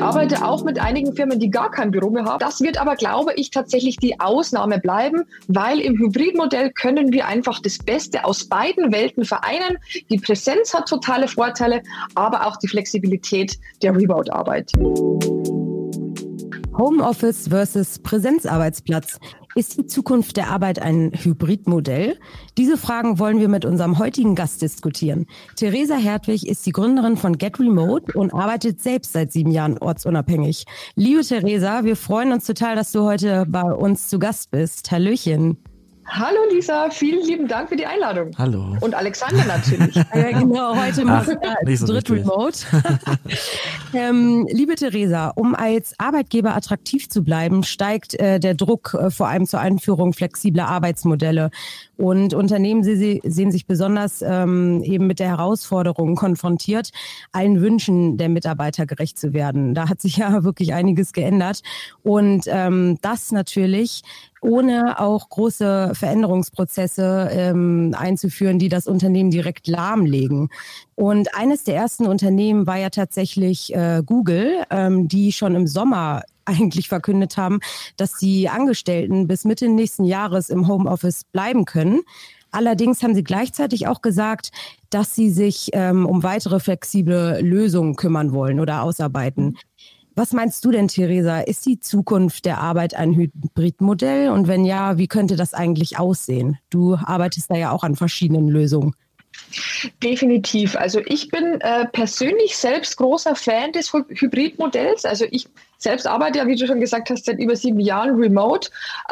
Ich arbeite auch mit einigen Firmen, die gar kein Büro mehr haben. Das wird aber, glaube ich, tatsächlich die Ausnahme bleiben, weil im Hybridmodell können wir einfach das Beste aus beiden Welten vereinen. Die Präsenz hat totale Vorteile, aber auch die Flexibilität der Remote-Arbeit. Homeoffice versus Präsenzarbeitsplatz. Ist die Zukunft der Arbeit ein Hybridmodell? Diese Fragen wollen wir mit unserem heutigen Gast diskutieren. Theresa Hertwig ist die Gründerin von Get Remote und arbeitet selbst seit 7 Jahren ortsunabhängig. Liebe Theresa, wir freuen uns total, dass du heute bei uns zu Gast bist. Hallöchen. Hallo Lisa, vielen lieben Dank für die Einladung. Hallo. Und Alexander natürlich. Ja, genau, heute machen wir so dritt Remote. Liebe Theresa, um als Arbeitgeber attraktiv zu bleiben, steigt der Druck vor allem zur Einführung flexibler Arbeitsmodelle. Und Unternehmen sehen sich besonders eben mit der Herausforderung konfrontiert, allen Wünschen der Mitarbeiter gerecht zu werden. Da hat sich ja wirklich einiges geändert. Und das natürlich ohne auch große Veränderungsprozesse einzuführen, die das Unternehmen direkt lahmlegen. Und eines der ersten Unternehmen war ja tatsächlich Google, die schon im Sommer eigentlich verkündet haben, dass die Angestellten bis Mitte nächsten Jahres im Homeoffice bleiben können. Allerdings haben sie gleichzeitig auch gesagt, dass sie sich um weitere flexible Lösungen kümmern wollen oder ausarbeiten. Was meinst du denn, Theresa? Ist die Zukunft der Arbeit ein Hybridmodell? Und wenn ja, wie könnte das eigentlich aussehen? Du arbeitest da ja auch an verschiedenen Lösungen. Definitiv. Also ich bin persönlich selbst großer Fan des Hybridmodells. Also ich selbst arbeite ja, wie du schon gesagt hast, seit über 7 Jahren remote.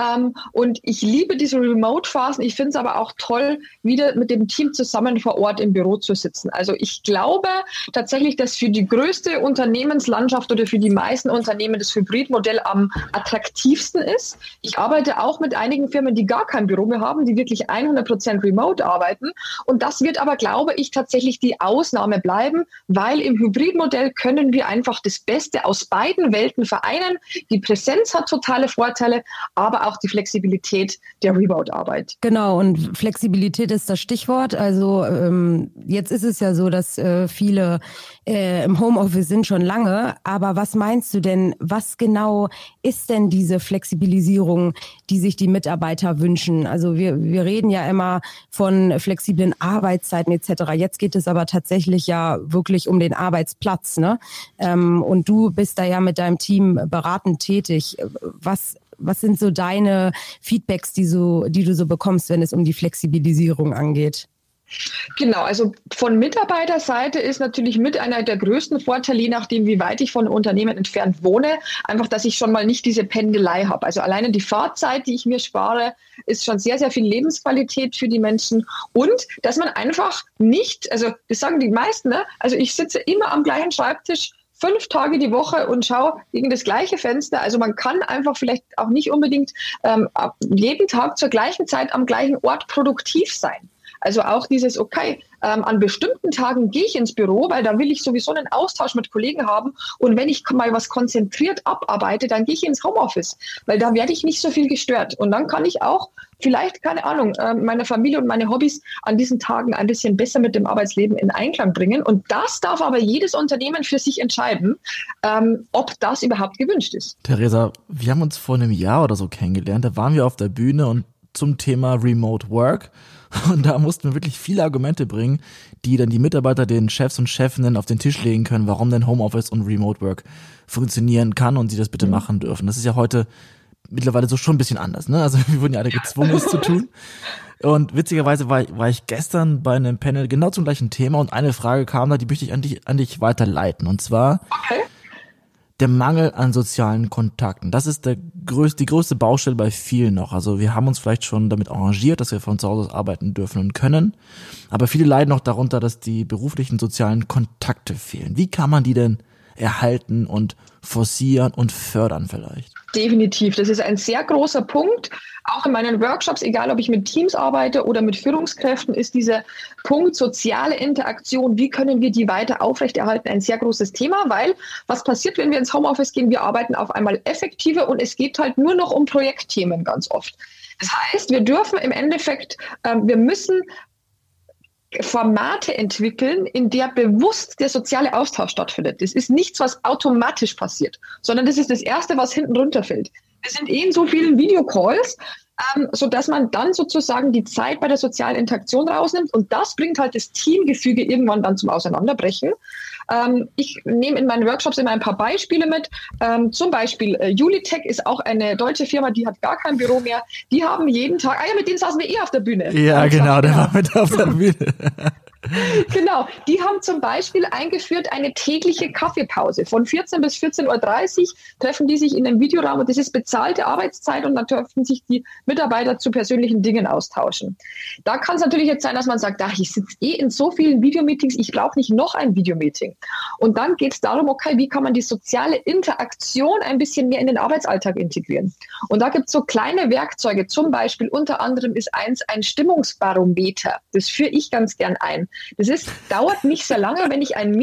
Und ich liebe diese Remote-Phasen. Ich finde es aber auch toll, wieder mit dem Team zusammen vor Ort im Büro zu sitzen. Also ich glaube tatsächlich, dass für die größte Unternehmenslandschaft oder für die meisten Unternehmen das Hybridmodell am attraktivsten ist. Ich arbeite auch mit einigen Firmen, die gar kein Büro mehr haben, die wirklich 100% remote arbeiten. Und das wird aber, glaube ich, tatsächlich die Ausnahme bleiben, weil im Hybridmodell können wir einfach das Beste aus beiden Welten vereinen. Die Präsenz hat totale Vorteile, aber auch die Flexibilität der Remote-Arbeit. Genau, und Flexibilität ist das Stichwort. Also jetzt ist es ja so, dass viele im Homeoffice sind schon lange. Aber was meinst du denn, was genau ist denn diese Flexibilisierung, die sich die Mitarbeiter wünschen? Also wir reden ja immer von flexiblen Arbeitszeiten etc. Jetzt geht es aber tatsächlich ja wirklich um den Arbeitsplatz, ne? Und du bist da ja mit deinem Team beratend tätig. Was sind so deine Feedbacks, die du so bekommst, wenn es um die Flexibilisierung angeht? Genau, also von Mitarbeiterseite ist natürlich mit einer der größten Vorteile, je nachdem, wie weit ich von Unternehmen entfernt wohne, einfach, dass ich schon mal nicht diese Pendelei habe. Also alleine die Fahrzeit, die ich mir spare, ist schon sehr, sehr viel Lebensqualität für die Menschen und dass man einfach nicht, also das sagen die meisten, ne? Also ich sitze immer am gleichen Schreibtisch 5 Tage die Woche und schaue gegen das gleiche Fenster. Also man kann einfach vielleicht auch nicht unbedingt jeden Tag zur gleichen Zeit am gleichen Ort produktiv sein. Also auch dieses, okay, an bestimmten Tagen gehe ich ins Büro, weil da will ich sowieso einen Austausch mit Kollegen haben. Und wenn ich mal was konzentriert abarbeite, dann gehe ich ins Homeoffice, weil da werde ich nicht so viel gestört. Und dann kann ich auch vielleicht, keine Ahnung, meine Familie und meine Hobbys an diesen Tagen ein bisschen besser mit dem Arbeitsleben in Einklang bringen. Und das darf aber jedes Unternehmen für sich entscheiden, ob das überhaupt gewünscht ist. Theresa, wir haben uns vor einem Jahr oder so kennengelernt. Da waren wir auf der Bühne und zum Thema Remote Work. Und da mussten wir wirklich viele Argumente bringen, die dann die Mitarbeiter den Chefs und Chefinnen auf den Tisch legen können, warum denn Homeoffice und Remote Work funktionieren kann und sie das bitte machen dürfen. Das ist ja heute mittlerweile so schon ein bisschen anders, ne? Also wir wurden ja alle gezwungen, es zu tun. Und witzigerweise war ich gestern bei einem Panel genau zum gleichen Thema und eine Frage kam da, die möchte ich an dich weiterleiten. Und zwar der Mangel an sozialen Kontakten. Das ist die größte Baustelle bei vielen noch. Also wir haben uns vielleicht schon damit arrangiert, dass wir von zu Hause aus arbeiten dürfen und können. Aber viele leiden noch darunter, dass die beruflichen sozialen Kontakte fehlen. Wie kann man die denn erhalten und forcieren und fördern vielleicht? Definitiv. Das ist ein sehr großer Punkt. Auch in meinen Workshops, egal ob ich mit Teams arbeite oder mit Führungskräften, ist dieser Punkt soziale Interaktion, wie können wir die weiter aufrechterhalten, ein sehr großes Thema, weil was passiert, wenn wir ins Homeoffice gehen? Wir arbeiten auf einmal effektiver und es geht halt nur noch um Projektthemen ganz oft. Das heißt, wir dürfen im Endeffekt, wir müssen Formate entwickeln, in der bewusst der soziale Austausch stattfindet. Das ist nichts, was automatisch passiert, sondern das ist das Erste, was hinten runterfällt. Wir sind in so vielen Videocalls, so dass man dann sozusagen die Zeit bei der sozialen Interaktion rausnimmt und das bringt halt das Teamgefüge irgendwann dann zum Auseinanderbrechen. Ich nehme in meinen Workshops immer ein paar Beispiele mit. Zum Beispiel Julitech ist auch eine deutsche Firma, die hat gar kein Büro mehr. Die haben jeden Tag, mit denen saßen wir auf der Bühne. Ja, genau, der war mit auf der Bühne. Genau, die haben zum Beispiel eingeführt eine tägliche Kaffeepause. Von 14 bis 14:30 Uhr treffen die sich in einem Videoraum und das ist bezahlte Arbeitszeit und dann dürfen sich die Mitarbeiter zu persönlichen Dingen austauschen. Da kann es natürlich jetzt sein, dass man sagt, ich sitze in so vielen Videomeetings, ich brauche nicht noch ein Videomeeting. Und dann geht es darum, okay, wie kann man die soziale Interaktion ein bisschen mehr in den Arbeitsalltag integrieren? Und da gibt es so kleine Werkzeuge, zum Beispiel unter anderem ist eins ein Stimmungsbarometer. Das führe ich ganz gern ein. Das dauert nicht sehr lange, wenn ich ein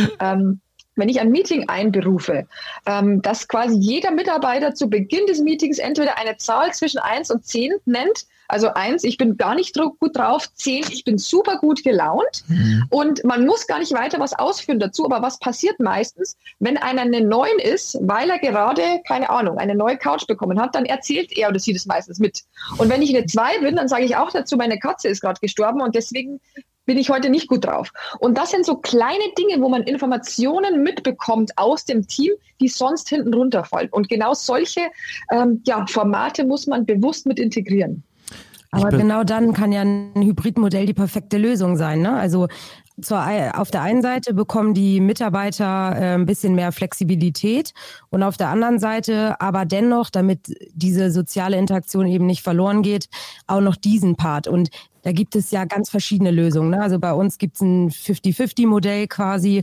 Meeting einberufe, dass quasi jeder Mitarbeiter zu Beginn des Meetings entweder eine Zahl zwischen 1 und 10 nennt. Also 1, ich bin gar nicht gut drauf, 10, ich bin super gut gelaunt. Und man muss gar nicht weiter was ausführen dazu. Aber was passiert meistens, wenn einer eine 9 ist, weil er gerade, keine Ahnung, eine neue Couch bekommen hat, dann erzählt er oder sie das meistens mit. Und wenn ich eine 2 bin, dann sage ich auch dazu, meine Katze ist gerade gestorben und deswegen bin ich heute nicht gut drauf. Und das sind so kleine Dinge, wo man Informationen mitbekommt aus dem Team, die sonst hinten runterfallen. Und genau solche Formate muss man bewusst mit integrieren. Aber genau dann kann ja ein Hybridmodell die perfekte Lösung sein, ne? Also auf der einen Seite bekommen die Mitarbeiter ein bisschen mehr Flexibilität und auf der anderen Seite aber dennoch, damit diese soziale Interaktion eben nicht verloren geht, auch noch diesen Part. Und da gibt es ja ganz verschiedene Lösungen, ne? Also bei uns gibt es ein 50-50-Modell quasi.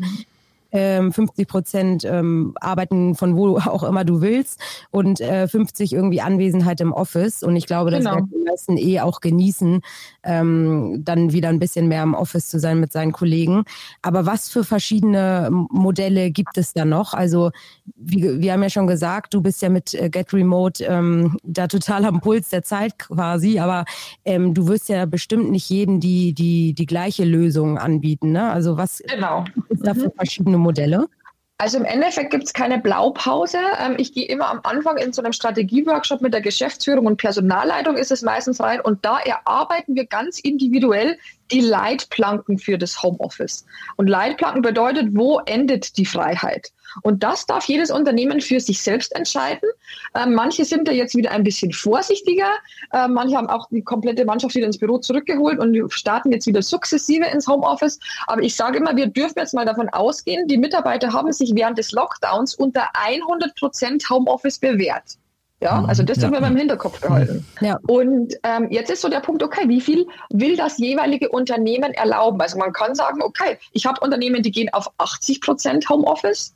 50% arbeiten von wo auch immer du willst und 50 irgendwie Anwesenheit im Office. Und ich glaube, das werden die meisten auch genießen, dann wieder ein bisschen mehr im Office zu sein mit seinen Kollegen. Aber was für verschiedene Modelle gibt es da noch? Also wir haben ja schon gesagt, du bist ja mit Get Remote da total am Puls der Zeit quasi, aber du wirst ja bestimmt nicht jedem die gleiche Lösung anbieten, ne? Also was ist da für verschiedene Modelle? Also im Endeffekt gibt es keine Blaupause. Ich gehe immer am Anfang in so einem Strategieworkshop mit der Geschäftsführung und Personalleitung ist es meistens rein und da erarbeiten wir ganz individuell die Leitplanken für das Homeoffice. Und Leitplanken bedeutet, wo endet die Freiheit? Und das darf jedes Unternehmen für sich selbst entscheiden. Manche sind da jetzt wieder ein bisschen vorsichtiger. Manche haben auch die komplette Mannschaft wieder ins Büro zurückgeholt und starten jetzt wieder sukzessive ins Homeoffice. Aber ich sage immer, wir dürfen jetzt mal davon ausgehen, die Mitarbeiter haben sich während des Lockdowns unter 100% Homeoffice bewährt. Ja, also das dürfen wir beim Hinterkopf behalten. Ja. Und jetzt ist so der Punkt, okay, wie viel will das jeweilige Unternehmen erlauben? Also man kann sagen, okay, ich habe Unternehmen, die gehen auf 80% Homeoffice.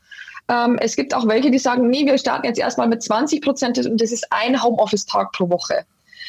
Es gibt auch welche, die sagen, nee, wir starten jetzt erstmal mit 20% und das ist ein Homeoffice-Tag pro Woche.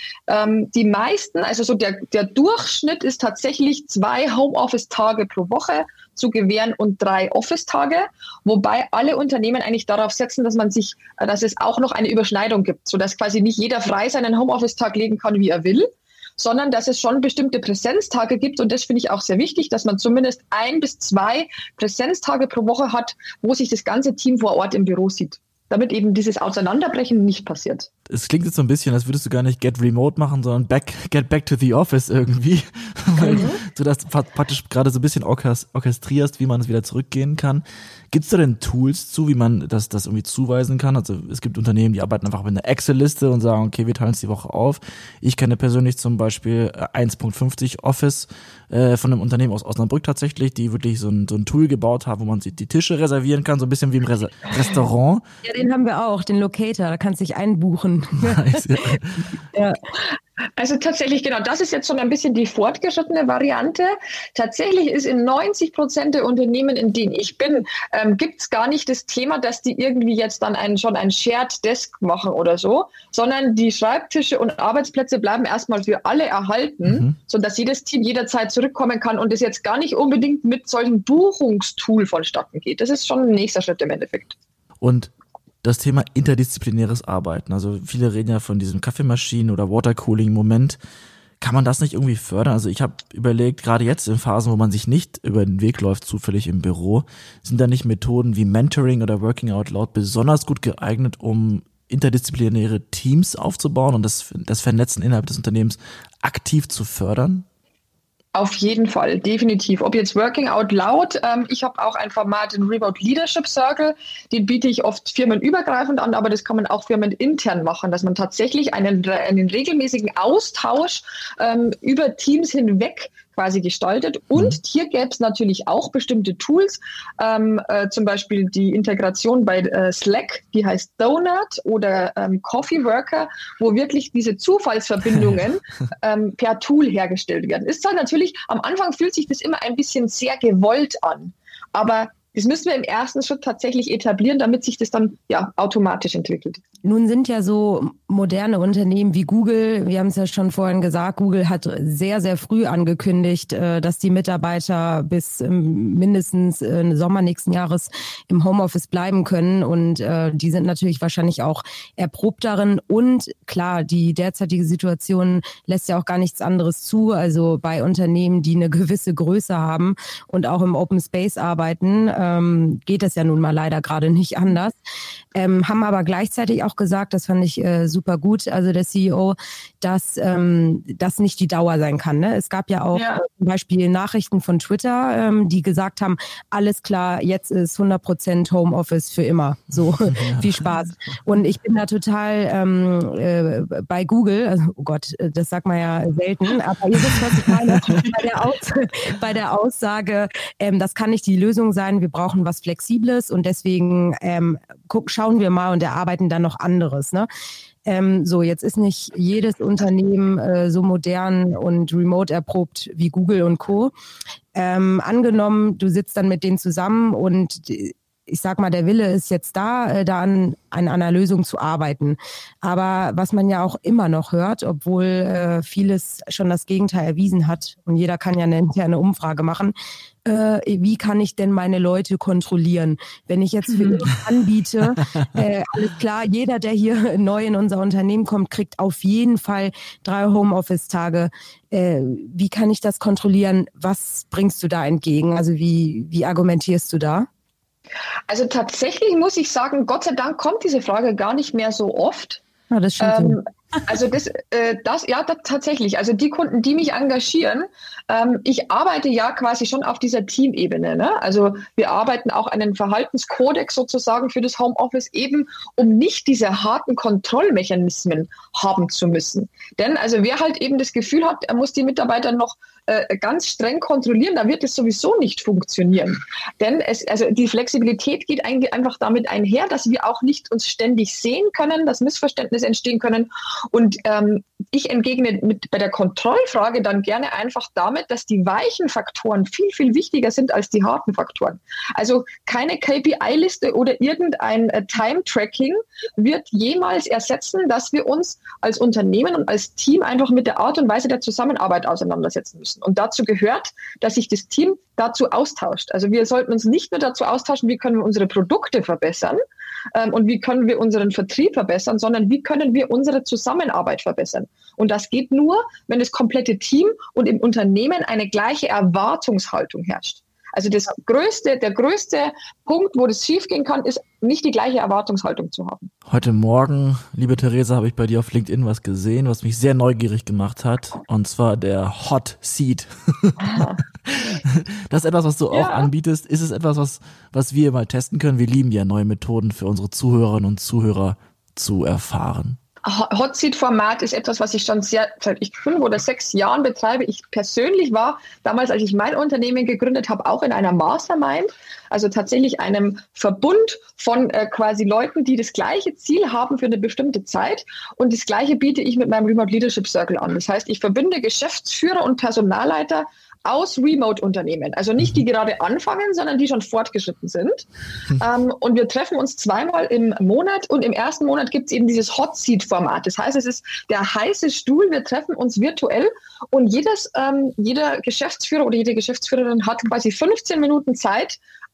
Die meisten, also so der Durchschnitt ist tatsächlich 2 Homeoffice-Tage pro Woche zu gewähren und 3 Office-Tage, wobei alle Unternehmen eigentlich darauf setzen, dass es auch noch eine Überschneidung gibt, sodass quasi nicht jeder frei seinen Homeoffice-Tag legen kann, wie er will, sondern dass es schon bestimmte Präsenztage gibt und das finde ich auch sehr wichtig, dass man zumindest 1 bis 2 Präsenztage pro Woche hat, wo sich das ganze Team vor Ort im Büro sieht, damit eben dieses Auseinanderbrechen nicht passiert. Es klingt jetzt so ein bisschen, als würdest du gar nicht Get Remote machen, sondern Get Back to the Office irgendwie, weil du das praktisch gerade so ein bisschen orchestrierst, wie man es wieder zurückgehen kann. Gibt es da denn Tools zu, wie man das irgendwie zuweisen kann? Also es gibt Unternehmen, die arbeiten einfach mit einer Excel-Liste und sagen, okay, wir teilen es die Woche auf. Ich kenne persönlich zum Beispiel 1.50 Office von einem Unternehmen aus Osnabrück tatsächlich, die wirklich so ein Tool gebaut haben, wo man sich die Tische reservieren kann, so ein bisschen wie im Restaurant. Ja, den haben wir auch, den Locator, da kannst du dich einbuchen. Nice, ja. Ja. Also tatsächlich, genau, das ist jetzt schon ein bisschen die fortgeschrittene Variante. Tatsächlich ist in 90% der Unternehmen, in denen ich bin, gibt es gar nicht das Thema, dass die irgendwie jetzt dann schon ein Shared Desk machen oder so, sondern die Schreibtische und Arbeitsplätze bleiben erstmal für alle erhalten, sodass jedes Team jederzeit zurückkommen kann und es jetzt gar nicht unbedingt mit solchen Buchungstool vonstatten geht. Das ist schon ein nächster Schritt im Endeffekt. Und das Thema interdisziplinäres Arbeiten. Also viele reden ja von diesem Kaffeemaschinen- oder Watercooling-Moment. Kann man das nicht irgendwie fördern? Also ich habe überlegt, gerade jetzt in Phasen, wo man sich nicht über den Weg läuft, zufällig im Büro, sind da nicht Methoden wie Mentoring oder Working Out Loud besonders gut geeignet, um interdisziplinäre Teams aufzubauen und das Vernetzen innerhalb des Unternehmens aktiv zu fördern? Auf jeden Fall, definitiv. Ob jetzt Working Out Loud, ich habe auch ein Format, den Remote Leadership Circle, den biete ich oft firmenübergreifend an, aber das kann man auch firmenintern machen, dass man tatsächlich einen regelmäßigen Austausch über Teams hinweg quasi gestaltet. Und hier gäbe es natürlich auch bestimmte Tools, zum Beispiel die Integration bei Slack, die heißt Donut oder Coffee Worker, wo wirklich diese Zufallsverbindungen per Tool hergestellt werden. Ist zwar natürlich, am Anfang fühlt sich das immer ein bisschen sehr gewollt an, aber das müssen wir im ersten Schritt tatsächlich etablieren, damit sich das dann automatisch entwickelt. Nun sind ja so moderne Unternehmen wie Google, wir haben es ja schon vorhin gesagt, Google hat sehr, sehr früh angekündigt, dass die Mitarbeiter bis mindestens Sommer nächsten Jahres im Homeoffice bleiben können. Und die sind natürlich wahrscheinlich auch erprobt darin. Und klar, die derzeitige Situation lässt ja auch gar nichts anderes zu. Also bei Unternehmen, die eine gewisse Größe haben und auch im Open Space arbeiten, geht das ja nun mal leider gerade nicht anders. Haben aber gleichzeitig auch gesagt, das fand ich super gut, also der CEO, dass das nicht die Dauer sein kann. Ne? Es gab ja auch zum Beispiel Nachrichten von Twitter, die gesagt haben, alles klar, jetzt ist 100% Homeoffice für immer. So, viel Spaß. Und ich bin da total bei Google, also, oh Gott, das sagt man ja selten, aber ihr wisst, was ich meine, bei der Aussage, das kann nicht die Lösung sein, wir brauchen was Flexibles und deswegen schauen wir mal und erarbeiten dann noch anderes. Ne? So, jetzt ist nicht jedes Unternehmen so modern und remote erprobt wie Google und Co. Angenommen, du sitzt dann mit denen zusammen und ich sag mal, der Wille ist jetzt da an einer Lösung zu arbeiten. Aber was man ja auch immer noch hört, obwohl vieles schon das Gegenteil erwiesen hat und jeder kann ja eine interne Umfrage machen, wie kann ich denn meine Leute kontrollieren? Wenn ich jetzt für ihn anbiete, alles klar, jeder, der hier neu in unser Unternehmen kommt, kriegt auf jeden Fall 3 Homeoffice-Tage. Wie kann ich das kontrollieren? Was bringst du da entgegen? Also wie argumentierst du da? Also tatsächlich muss ich sagen, Gott sei Dank kommt diese Frage gar nicht mehr so oft. Ja, das stimmt. Also das tatsächlich. Also die Kunden, die mich engagieren, ich arbeite ja quasi schon auf dieser Teamebene. Ne? Also wir arbeiten auch einen Verhaltenskodex sozusagen für das Homeoffice eben, um nicht diese harten Kontrollmechanismen haben zu müssen. Denn also wer halt eben das Gefühl hat, er muss die Mitarbeiter noch ganz streng kontrollieren, da wird es sowieso nicht funktionieren. Denn die Flexibilität geht einfach damit einher, dass wir auch nicht uns ständig sehen können, dass Missverständnisse entstehen können. Und ich entgegne bei der Kontrollfrage dann gerne einfach damit, dass die weichen Faktoren viel, viel wichtiger sind als die harten Faktoren. Also keine KPI-Liste oder irgendein Time-Tracking wird jemals ersetzen, dass wir uns als Unternehmen und als Team einfach mit der Art und Weise der Zusammenarbeit auseinandersetzen müssen. Und dazu gehört, dass sich das Team dazu austauscht. Also wir sollten uns nicht nur dazu austauschen, wie können wir unsere Produkte verbessern und wie können wir unseren Vertrieb verbessern, sondern wie können wir unsere Zusammenarbeit verbessern. Und das geht nur, wenn das komplette Team und im Unternehmen eine gleiche Erwartungshaltung herrscht. Also der größte Punkt, wo das schiefgehen kann, ist nicht die gleiche Erwartungshaltung zu haben. Heute Morgen, liebe Theresa, habe ich bei dir auf LinkedIn was gesehen, was mich sehr neugierig gemacht hat. Und zwar der Hot Seat. Das ist etwas, was du auch anbietest. Ist es etwas, was wir mal testen können? Wir lieben ja neue Methoden für unsere Zuhörerinnen und Zuhörer zu erfahren. Hot Seat-Format ist etwas, was ich schon seit 5 oder 6 Jahren betreibe. Ich persönlich war damals, als ich mein Unternehmen gegründet habe, auch in einer Mastermind, also tatsächlich einem Verbund von quasi Leuten, die das gleiche Ziel haben für eine bestimmte Zeit. Und das Gleiche biete ich mit meinem Remote Leadership Circle an. Das heißt, ich verbinde Geschäftsführer und Personalleiter aus Remote-Unternehmen. Also nicht die gerade anfangen, sondern die schon fortgeschritten sind. Und wir treffen uns 2-mal im Monat und im ersten Monat gibt es eben dieses Hot Seat-Format. Das heißt, es ist der heiße Stuhl. Wir treffen uns virtuell und jeder Geschäftsführer oder jede Geschäftsführerin hat quasi 15 Minuten Zeit,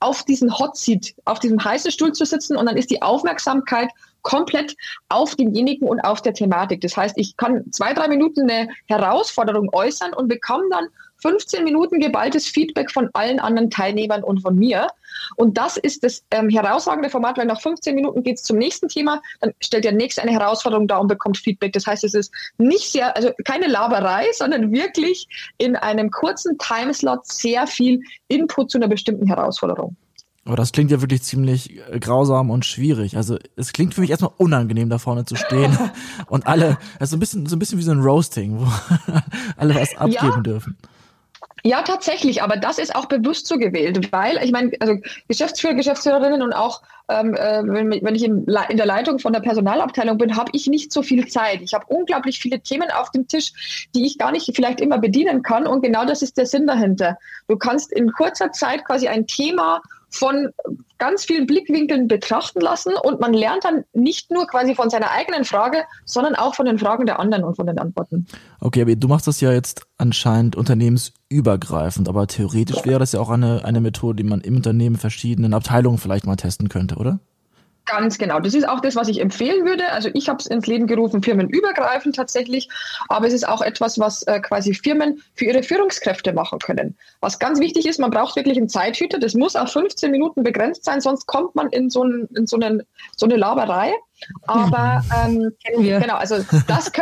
auf diesen Hot Seat, auf diesem heißen Stuhl zu sitzen und dann ist die Aufmerksamkeit komplett auf demjenigen und auf der Thematik. Das heißt, ich kann 2-3 Minuten eine Herausforderung äußern und bekomme dann 15 Minuten geballtes Feedback von allen anderen Teilnehmern und von mir. Und das ist das herausragende Format, weil nach 15 Minuten geht es zum nächsten Thema, dann stellt der Nächste eine Herausforderung dar und bekommt Feedback. Das heißt, es ist nicht sehr, also keine Laberei, sondern wirklich in einem kurzen Timeslot sehr viel Input zu einer bestimmten Herausforderung. Aber das klingt ja wirklich ziemlich grausam und schwierig. Also es klingt für mich erstmal unangenehm, da vorne zu stehen und alle, also so ein bisschen wie so ein Roasting, wo alle was abgeben dürfen. Ja, tatsächlich, aber das ist auch bewusst so gewählt, weil ich meine, also Geschäftsführer, Geschäftsführerinnen und auch wenn ich in der Leitung von der Personalabteilung bin, habe ich nicht so viel Zeit. Ich habe unglaublich viele Themen auf dem Tisch, die ich gar nicht vielleicht immer bedienen kann und genau das ist der Sinn dahinter. Du kannst in kurzer Zeit quasi ein Thema von ganz vielen Blickwinkeln betrachten lassen und man lernt dann nicht nur quasi von seiner eigenen Frage, sondern auch von den Fragen der anderen und von den Antworten. Okay, aber du machst das ja jetzt anscheinend unternehmensübergreifend, aber theoretisch wäre das ja auch eine Methode, die man im Unternehmen verschiedenen Abteilungen vielleicht mal testen könnte, oder? Ganz genau. Das ist auch das, was ich empfehlen würde. Also ich habe es ins Leben gerufen, firmenübergreifend tatsächlich. Aber es ist auch etwas, was quasi Firmen für ihre Führungskräfte machen können. Was ganz wichtig ist, man braucht wirklich einen Zeithüter. Das muss auf 15 Minuten begrenzt sein, sonst kommt man in so eine Laberei. Aber genau, also das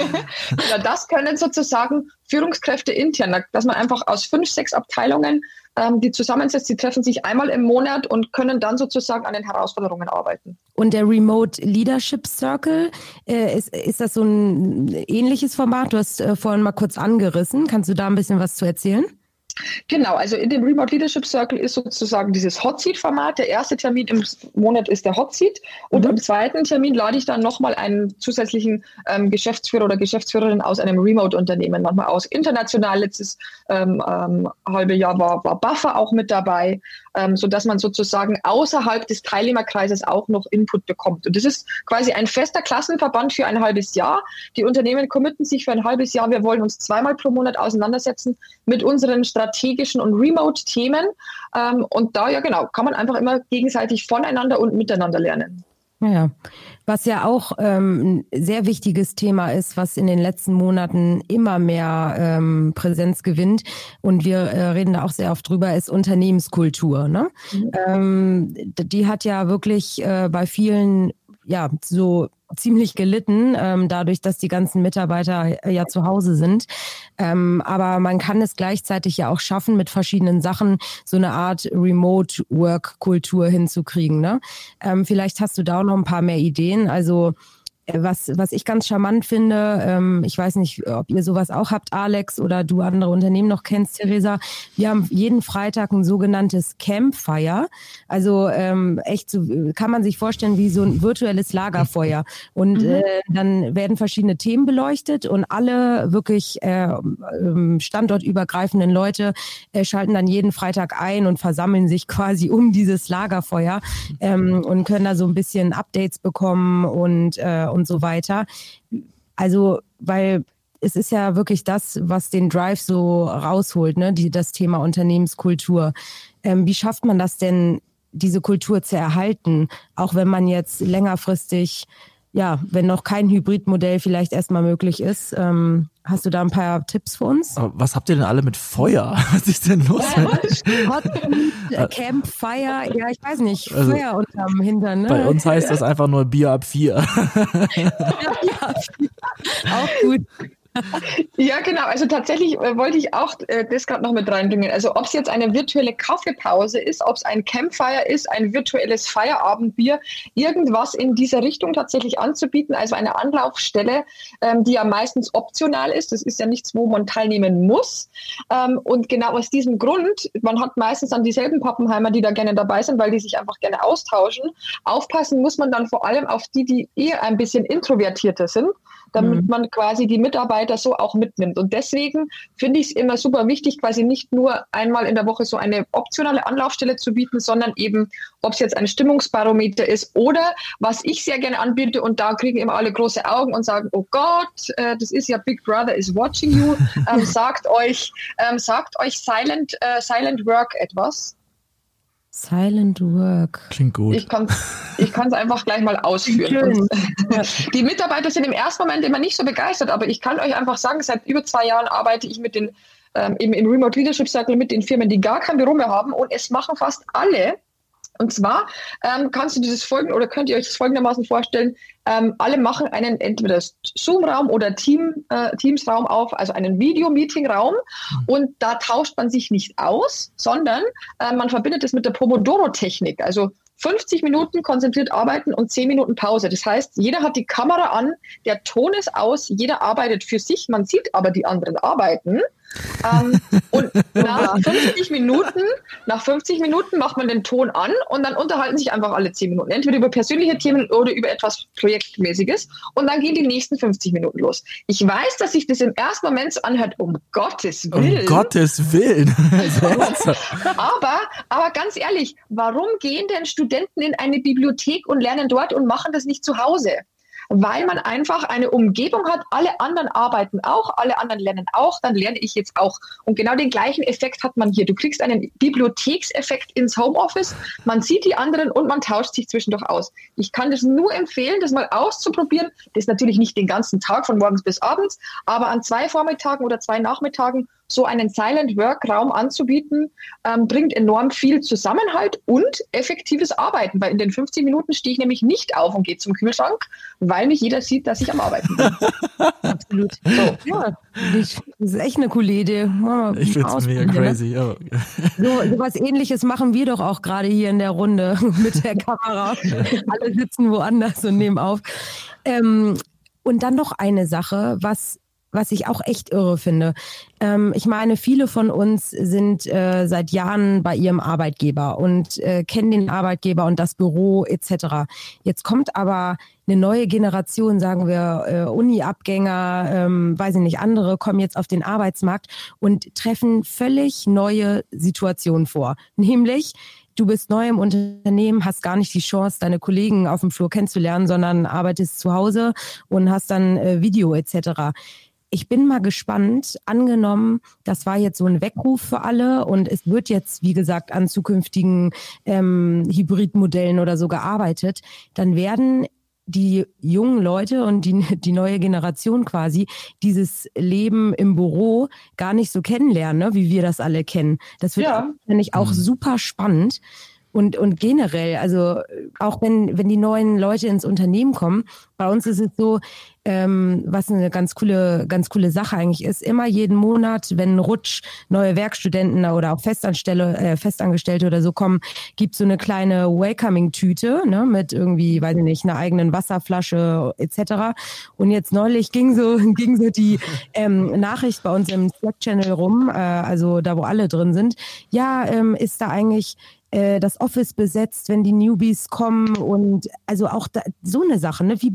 können sozusagen Führungskräfte intern, dass man einfach aus 5-6 Abteilungen die zusammensetzt, die treffen sich einmal im Monat und können dann sozusagen an den Herausforderungen arbeiten. Und der Remote Leadership Circle, ist das so ein ähnliches Format? Du hast vorhin mal kurz angerissen. Kannst du da ein bisschen was zu erzählen? Genau, also in dem Remote Leadership Circle ist sozusagen dieses Hot Seat Format. Der erste Termin im Monat ist der Hot Seat und am zweiten Termin lade ich dann nochmal einen zusätzlichen Geschäftsführer oder Geschäftsführerin aus einem Remote-Unternehmen, manchmal aus international. Letztes halbe Jahr war Buffer auch mit dabei, sodass man sozusagen außerhalb des Teilnehmerkreises auch noch Input bekommt. Und das ist quasi ein fester Klassenverband für ein halbes Jahr. Die Unternehmen committen sich für ein halbes Jahr. Wir wollen uns 2-mal pro Monat auseinandersetzen mit unseren strategischen und Remote-Themen. Und da, ja genau, kann man einfach immer gegenseitig voneinander und miteinander lernen. Ja, was ja auch ein sehr wichtiges Thema ist, was in den letzten Monaten immer mehr Präsenz gewinnt und wir reden da auch sehr oft drüber, ist Unternehmenskultur. Ne? Die hat ja wirklich bei vielen so ziemlich gelitten, dadurch, dass die ganzen Mitarbeiter ja zu Hause sind. Aber man kann es gleichzeitig ja auch schaffen, mit verschiedenen Sachen so eine Art Remote-Work-Kultur hinzukriegen. Ne? Vielleicht hast du da auch noch ein paar mehr Ideen. Also was ich ganz charmant finde, ich weiß nicht, ob ihr sowas auch habt, Alex, oder du andere Unternehmen noch kennst, Theresa. Wir haben jeden Freitag ein sogenanntes Campfire. Also echt so, kann man sich vorstellen wie so ein virtuelles Lagerfeuer. Und dann werden verschiedene Themen beleuchtet und alle wirklich standortübergreifenden Leute schalten dann jeden Freitag ein und versammeln sich quasi um dieses Lagerfeuer und können da so ein bisschen Updates bekommen und so weiter. Also, weil es ist ja wirklich das, was den Drive so rausholt, ne? Das Thema Unternehmenskultur. Wie schafft man das denn, diese Kultur zu erhalten, auch wenn man jetzt längerfristig, wenn noch kein Hybridmodell vielleicht erstmal möglich ist? Hast du da ein paar Tipps für uns? Aber was habt ihr denn alle mit Feuer? Was ist denn los? Campfire, ich weiß nicht, also, Feuer unterm Hintern. Ne? Bei uns heißt das einfach nur Bier ab 4. Auch gut. Ja, genau. Also tatsächlich wollte ich auch das gerade noch mit reinbringen. Also ob es jetzt eine virtuelle Kaffeepause ist, ob es ein Campfire ist, ein virtuelles Feierabendbier, irgendwas in dieser Richtung tatsächlich anzubieten, also eine Anlaufstelle, die ja meistens optional ist. Das ist ja nichts, wo man teilnehmen muss. Und genau aus diesem Grund, man hat meistens dann dieselben Pappenheimer, die da gerne dabei sind, weil die sich einfach gerne austauschen. Aufpassen muss man dann vor allem auf die eher ein bisschen introvertierter sind, damit man quasi die Mitarbeiter so auch mitnimmt. Und deswegen finde ich es immer super wichtig, quasi nicht nur einmal in der Woche so eine optionale Anlaufstelle zu bieten, sondern eben, ob es jetzt ein Stimmungsbarometer ist oder, was ich sehr gerne anbiete, und da kriegen immer alle große Augen und sagen, oh Gott, das ist ja Big Brother is watching you, sagt euch Silent Work etwas? Silent Work. Klingt gut. Ich kann es einfach gleich mal ausführen. Die Mitarbeiter sind im ersten Moment immer nicht so begeistert, aber ich kann euch einfach sagen, seit über 2 Jahren arbeite ich mit den im Remote Leadership Circle mit den Firmen, die gar kein Büro mehr haben, und es machen fast alle. Und zwar könnt ihr euch das folgendermaßen vorstellen, alle machen einen entweder Zoom-Raum oder Teams-Raum auf, also einen Video-Meeting-Raum, und da tauscht man sich nicht aus, sondern man verbindet es mit der Pomodoro-Technik, also 50 Minuten konzentriert arbeiten und 10 Minuten Pause. Das heißt, jeder hat die Kamera an, der Ton ist aus, jeder arbeitet für sich, man sieht aber die anderen arbeiten. Und nach 50 Minuten macht man den Ton an und dann unterhalten sich einfach alle 10 Minuten. Entweder über persönliche Themen oder über etwas Projektmäßiges. Und dann gehen die nächsten 50 Minuten los. Ich weiß, dass sich das im ersten Moment so anhört, um Gottes Willen. Um Gottes Willen. aber ganz ehrlich, warum gehen denn Studenten in eine Bibliothek und lernen dort und machen das nicht zu Hause? Weil man einfach eine Umgebung hat, alle anderen arbeiten auch, alle anderen lernen auch, dann lerne ich jetzt auch. Und genau den gleichen Effekt hat man hier. Du kriegst einen Bibliothekseffekt ins Homeoffice, man sieht die anderen und man tauscht sich zwischendurch aus. Ich kann das nur empfehlen, das mal auszuprobieren. Das ist natürlich nicht den ganzen Tag von morgens bis abends, aber an 2 Vormittagen oder 2 Nachmittagen so einen Silent Work Raum anzubieten, bringt enorm viel Zusammenhalt und effektives Arbeiten, weil in den 50 Minuten stehe ich nämlich nicht auf und gehe zum Kühlschrank, weil mich jeder sieht, dass ich am Arbeiten bin. Absolut. So. Ja, das ist echt eine coole Idee. Ich finde es mega crazy. Ne? So was Ähnliches machen wir doch auch gerade hier in der Runde mit der Kamera. Alle sitzen woanders und nehmen auf. Und dann noch eine Sache, was ich auch echt irre finde. Ich meine, viele von uns sind seit Jahren bei ihrem Arbeitgeber und kennen den Arbeitgeber und das Büro etc. Jetzt kommt aber eine neue Generation, sagen wir Uni-Abgänger, weiß ich nicht, andere kommen jetzt auf den Arbeitsmarkt und treffen völlig neue Situationen vor. Nämlich, du bist neu im Unternehmen, hast gar nicht die Chance, deine Kollegen auf dem Flur kennenzulernen, sondern arbeitest zu Hause und hast dann Video etc. Ich bin mal gespannt, angenommen, das war jetzt so ein Weckruf für alle und es wird jetzt, wie gesagt, an zukünftigen Hybridmodellen oder so gearbeitet, dann werden die jungen Leute und die neue Generation quasi dieses Leben im Büro gar nicht so kennenlernen, ne, wie wir das alle kennen. Das wird nämlich auch super spannend. Und generell, also auch wenn die neuen Leute ins Unternehmen kommen, bei uns ist es so, was eine ganz coole Sache eigentlich ist, immer jeden Monat, wenn Rutsch neue Werkstudenten oder auch Festangestellte oder so kommen, gibt es so eine kleine Welcoming-Tüte, ne, mit irgendwie, weiß ich nicht, einer eigenen Wasserflasche etc. Und jetzt neulich ging so die Nachricht bei uns im Slack-Channel rum, also da, wo alle drin sind, ist da eigentlich das Office besetzt, wenn die Newbies kommen und also auch so eine Sache, ne? Wie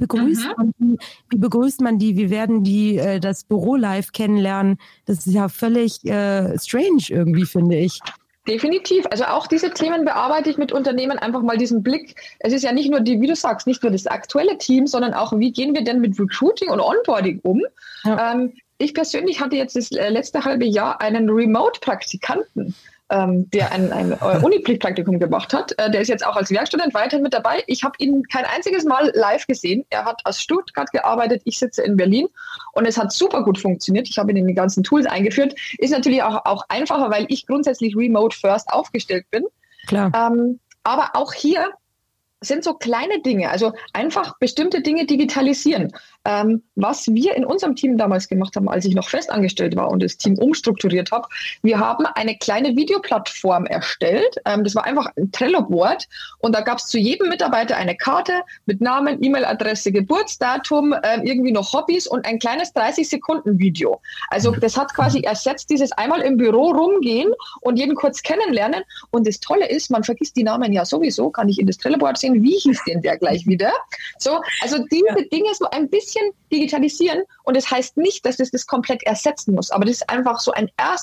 begrüßt man die? Wie werden die das Büro live kennenlernen? Das ist ja völlig strange irgendwie, finde ich. Definitiv. Also auch diese Themen bearbeite ich mit Unternehmen, einfach mal diesen Blick. Es ist ja nicht nur wie du sagst, nicht nur das aktuelle Team, sondern auch, wie gehen wir denn mit Recruiting und Onboarding um? Ja. Ich persönlich hatte jetzt das letzte halbe Jahr einen Remote-Praktikanten, der ein Uni-Pflichtpraktikum gemacht hat. Der ist jetzt auch als Werkstudent weiterhin mit dabei. Ich habe ihn kein einziges Mal live gesehen. Er hat aus Stuttgart gearbeitet, ich sitze in Berlin und es hat super gut funktioniert. Ich habe ihn in die ganzen Tools eingeführt. Ist natürlich auch einfacher, weil ich grundsätzlich remote first aufgestellt bin. Klar. Aber auch hier sind so kleine Dinge, also einfach bestimmte Dinge digitalisieren. Was wir in unserem Team damals gemacht haben, als ich noch festangestellt war und das Team umstrukturiert habe, wir haben eine kleine Videoplattform erstellt. Das war einfach ein Trello-Board und da gab es zu jedem Mitarbeiter eine Karte mit Namen, E-Mail-Adresse, Geburtsdatum, irgendwie noch Hobbys und ein kleines 30-Sekunden-Video. Also das hat quasi ersetzt dieses einmal im Büro rumgehen und jeden kurz kennenlernen. Und das Tolle ist, man vergisst die Namen ja sowieso, kann ich in das Trello-Board sehen, wie hieß denn der gleich wieder? So, also diese Dinge so ein bisschen digitalisieren und das heißt nicht, dass das komplett ersetzen muss, aber das ist einfach so ein erster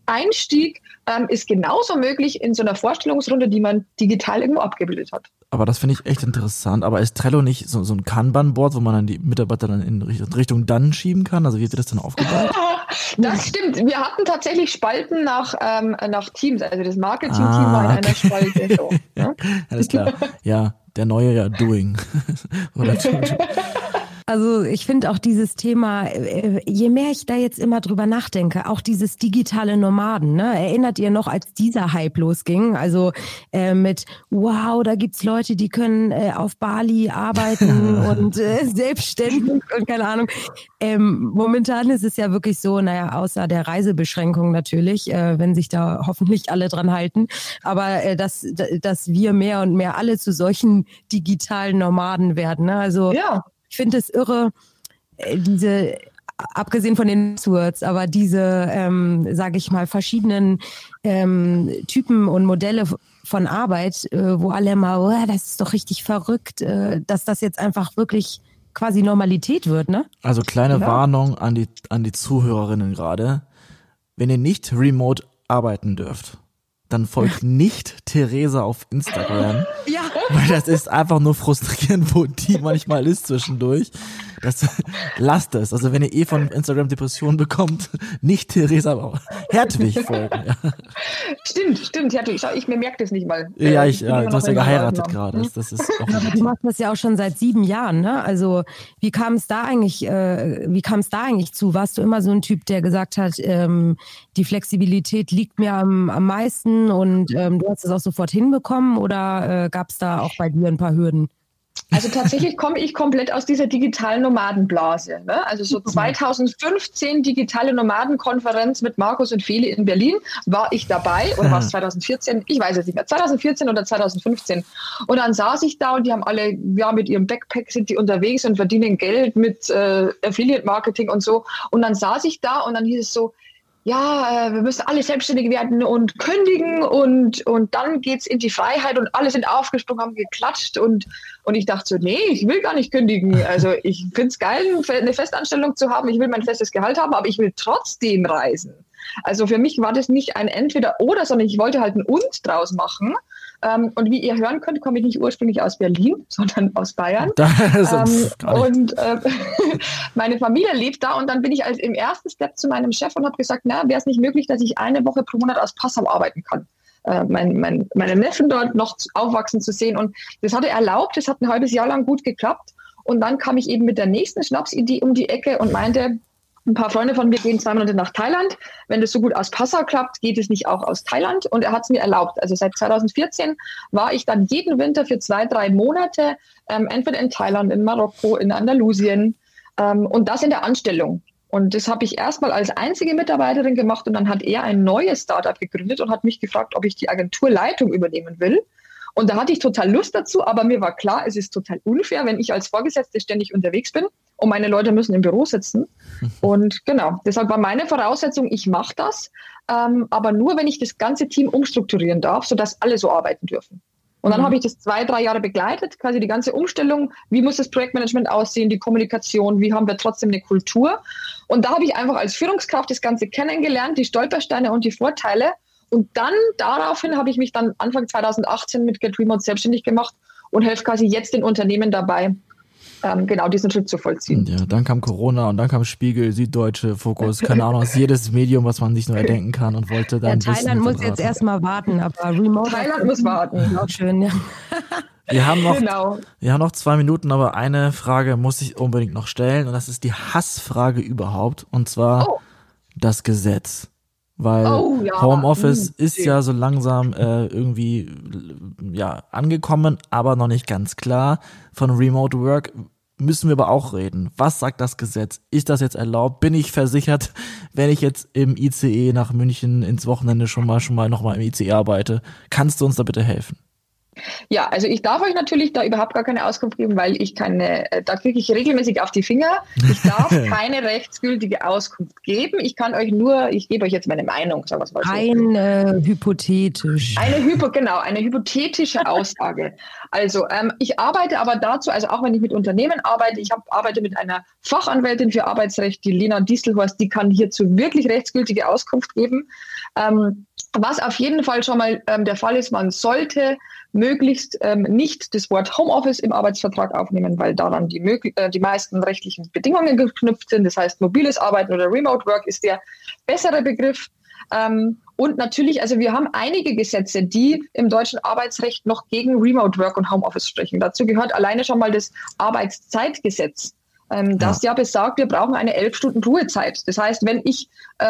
Einstieg ist genauso möglich in so einer Vorstellungsrunde, die man digital irgendwo abgebildet hat. Aber das finde ich echt interessant. Aber ist Trello nicht so ein Kanban-Board, wo man dann die Mitarbeiter dann in Richtung dann schieben kann? Also wie wird das dann aufgebaut? Das stimmt. Wir hatten tatsächlich Spalten nach Teams. Also das Marketing-Team war in einer Spalte. So, ne? Alles klar. Ja, der neue Doing. Oder Also ich finde auch dieses Thema, je mehr ich da jetzt immer drüber nachdenke, auch dieses digitale Nomaden, ne? Erinnert ihr noch, als dieser Hype losging? Also mit, wow, da gibt's Leute, die können auf Bali arbeiten und selbstständig und keine Ahnung. Momentan ist es ja wirklich so, naja, außer der Reisebeschränkung natürlich, wenn sich da hoffentlich alle dran halten, aber dass wir mehr und mehr alle zu solchen digitalen Nomaden werden, ne? Also ja. Ich finde es irre, diese, abgesehen von den Buzzwords, aber diese, sage ich mal, verschiedenen Typen und Modelle von Arbeit, wo alle immer, oh, das ist doch richtig verrückt, dass das jetzt einfach wirklich quasi Normalität wird, ne? Also kleine Warnung an die Zuhörerinnen gerade. Wenn ihr nicht remote arbeiten dürft, dann folgt nicht Theresa auf Instagram. Ja. Weil das ist einfach nur frustrierend, wo die manchmal ist zwischendurch. Lasst es. Also wenn ihr von Instagram Depressionen bekommt, nicht Theresa, aber Hertwig folgen. Ja. Stimmt, Hertwig. Ich mir merke das nicht mal. Du hast ja geheiratet gerade. Das ist auch aber du machst das ja auch schon seit 7 Jahren, ne? Also wie kam es da eigentlich zu? Warst du immer so ein Typ, der gesagt hat, die Flexibilität liegt mir am meisten und du hast es auch sofort hinbekommen oder gab es da auch bei dir ein paar Hürden? Also tatsächlich komme ich komplett aus dieser digitalen Nomadenblase. Ne? Also so 2015 digitale Nomadenkonferenz mit Markus und Feli in Berlin war ich dabei. Oder war es 2014? Ich weiß es nicht mehr. 2014 oder 2015. Und dann saß ich da und die haben alle, ja, mit ihrem Backpack sind die unterwegs und verdienen Geld mit Affiliate-Marketing und so. Und dann saß ich da und dann hieß es so, ja, wir müssen alle selbstständig werden und kündigen und dann geht's in die Freiheit und alle sind aufgesprungen, haben geklatscht und ich dachte so, nee, ich will gar nicht kündigen. Also ich find's geil, eine Festanstellung zu haben, ich will mein festes Gehalt haben, aber ich will trotzdem reisen. Also für mich war das nicht ein Entweder-Oder, sondern ich wollte halt ein Und draus machen. Und wie ihr hören könnt, komme ich nicht ursprünglich aus Berlin, sondern aus Bayern. Meine Familie lebt da und dann bin ich im ersten Step zu meinem Chef und habe gesagt, na, wäre es nicht möglich, dass ich eine Woche pro Monat aus Passau arbeiten kann. Meine Neffen dort noch aufwachsen zu sehen. Und das hat er erlaubt, das hat ein halbes Jahr lang gut geklappt. Und dann kam ich eben mit der nächsten Schnapsidee um die Ecke und meinte, ein paar Freunde von mir gehen 2 Monate nach Thailand. Wenn das so gut aus Passau klappt, geht es nicht auch aus Thailand. Und er hat es mir erlaubt. Also seit 2014 war ich dann jeden Winter für 2-3 Monate entweder in Thailand, in Marokko, in Andalusien und das in der Anstellung. Und das habe ich erstmal als einzige Mitarbeiterin gemacht und dann hat er ein neues Startup gegründet und hat mich gefragt, ob ich die Agenturleitung übernehmen will. Und da hatte ich total Lust dazu, aber mir war klar, es ist total unfair, wenn ich als Vorgesetzte ständig unterwegs bin und meine Leute müssen im Büro sitzen. Und genau, deshalb war meine Voraussetzung, ich mache das, aber nur, wenn ich das ganze Team umstrukturieren darf, sodass alle so arbeiten dürfen. Und dann habe ich das 2-3 Jahre begleitet, quasi die ganze Umstellung. Wie muss das Projektmanagement aussehen, die Kommunikation, wie haben wir trotzdem eine Kultur? Und da habe ich einfach als Führungskraft das Ganze kennengelernt, die Stolpersteine und die Vorteile. Und dann daraufhin habe ich mich dann Anfang 2018 mit Get Remote selbstständig gemacht und helfe quasi jetzt den Unternehmen dabei, genau diesen Schritt zu vollziehen. Ja, dann kam Corona und dann kam Spiegel, Süddeutsche, Fokus, keine Ahnung, aus jedes Medium, was man sich nur erdenken kann und wollte dann Thailand muss jetzt erstmal warten, aber Remote Thailand muss warten. Auch schön, ja. Wir haben noch 2 Minuten, aber eine Frage muss ich unbedingt noch stellen und das ist die Hassfrage überhaupt und zwar das Gesetz. Weil Homeoffice ist ja so langsam irgendwie angekommen, aber noch nicht ganz klar. Von Remote Work müssen wir aber auch reden. Was sagt das Gesetz? Ist das jetzt erlaubt? Bin ich versichert, wenn ich jetzt im ICE nach München ins Wochenende schon mal nochmal im ICE arbeite? Kannst du uns da bitte helfen? Ja, also ich darf euch natürlich da überhaupt gar keine Auskunft geben, weil da kriege ich regelmäßig auf die Finger. Ich darf keine rechtsgültige Auskunft geben. Ich gebe euch jetzt meine Meinung, sagen wir es mal so. Hypothetisch. Eine hypothetische Aussage. Also ich arbeite aber dazu, also auch wenn ich mit Unternehmen arbeite, arbeite mit einer Fachanwältin für Arbeitsrecht, die Lena Distelhorst, die kann hierzu wirklich rechtsgültige Auskunft geben. Was auf jeden Fall schon mal der Fall ist, man sollte möglichst nicht das Wort Homeoffice im Arbeitsvertrag aufnehmen, weil daran die meisten rechtlichen Bedingungen geknüpft sind. Das heißt, mobiles Arbeiten oder Remote Work ist der bessere Begriff. Und natürlich, also wir haben einige Gesetze, die im deutschen Arbeitsrecht noch gegen Remote Work und Homeoffice sprechen. Dazu gehört alleine schon mal das Arbeitszeitgesetz. Das ja besagt, wir brauchen eine 11-Stunden-Ruhezeit. Das heißt, wenn ich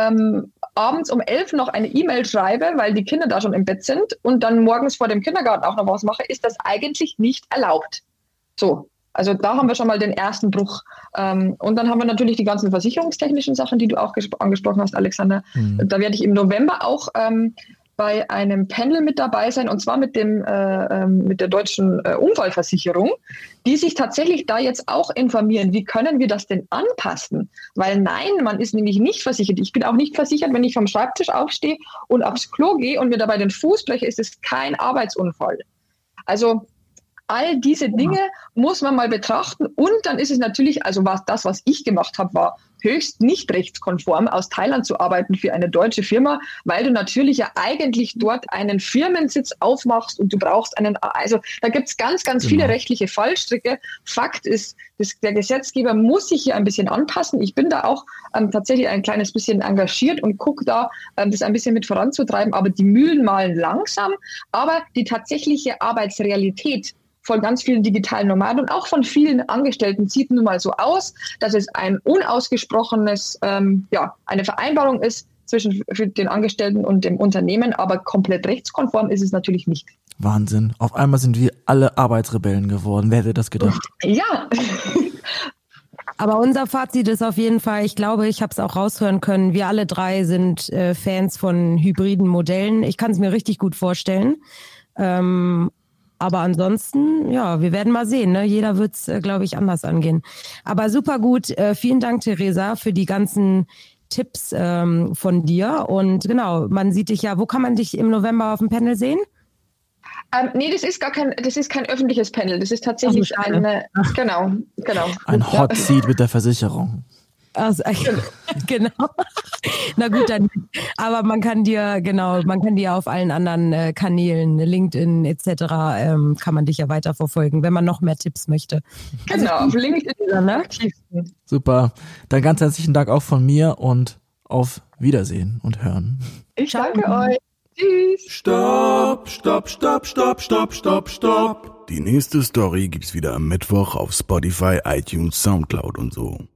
abends um 11 noch eine E-Mail schreibe, weil die Kinder da schon im Bett sind und dann morgens vor dem Kindergarten auch noch was mache, ist das eigentlich nicht erlaubt. So, also da haben wir schon mal den ersten Bruch. Und dann haben wir natürlich die ganzen versicherungstechnischen Sachen, die du auch angesprochen hast, Alexander. Da werde ich im November auch bei einem Panel mit dabei sein, und zwar mit der deutschen Unfallversicherung, die sich tatsächlich da jetzt auch informieren, wie können wir das denn anpassen? Weil nein, man ist nämlich nicht versichert. Ich bin auch nicht versichert, wenn ich vom Schreibtisch aufstehe und aufs Klo gehe und mir dabei den Fuß breche, ist es kein Arbeitsunfall. Also all diese Dinge muss man mal betrachten, und dann ist es natürlich, also was ich gemacht habe, war höchst nicht rechtskonform, aus Thailand zu arbeiten für eine deutsche Firma, weil du natürlich ja eigentlich dort einen Firmensitz aufmachst und du brauchst also da gibt es ganz, ganz viele rechtliche Fallstricke. Fakt ist, der Gesetzgeber muss sich hier ein bisschen anpassen. Ich bin da auch tatsächlich ein kleines bisschen engagiert und gucke da, das ein bisschen mit voranzutreiben, aber die Mühlen mahlen langsam, aber die tatsächliche Arbeitsrealität von ganz vielen digitalen Nomaden und auch von vielen Angestellten sieht nun mal so aus, dass es ein unausgesprochenes, eine Vereinbarung ist zwischen den Angestellten und dem Unternehmen, aber komplett rechtskonform ist es natürlich nicht. Wahnsinn. Auf einmal sind wir alle Arbeitsrebellen geworden. Wer hätte das gedacht? Ja. Aber unser Fazit ist auf jeden Fall, ich glaube, ich habe es auch raushören können, wir alle drei sind Fans von hybriden Modellen. Ich kann es mir richtig gut vorstellen. Aber ansonsten, ja, wir werden mal sehen. Ne? Jeder wird es, glaube ich, anders angehen. Aber super gut. Vielen Dank, Theresa, für die ganzen Tipps von dir. Und genau, man sieht dich ja, wo kann man dich im November auf dem Panel sehen? Nee, das ist kein öffentliches Panel. Das ist tatsächlich genau. Ein Hot Seat mit der Versicherung. Also, genau. Na gut, dann. Aber man kann dir auf allen anderen Kanälen, LinkedIn etc., kann man dich ja weiter verfolgen, wenn man noch mehr Tipps möchte. Genau, auf LinkedIn. Ne? Super. Dann ganz herzlichen Dank auch von mir und auf Wiedersehen und Hören. Ich danke euch. Tschüss. Stopp. Die nächste Story gibt's wieder am Mittwoch auf Spotify, iTunes, Soundcloud und so.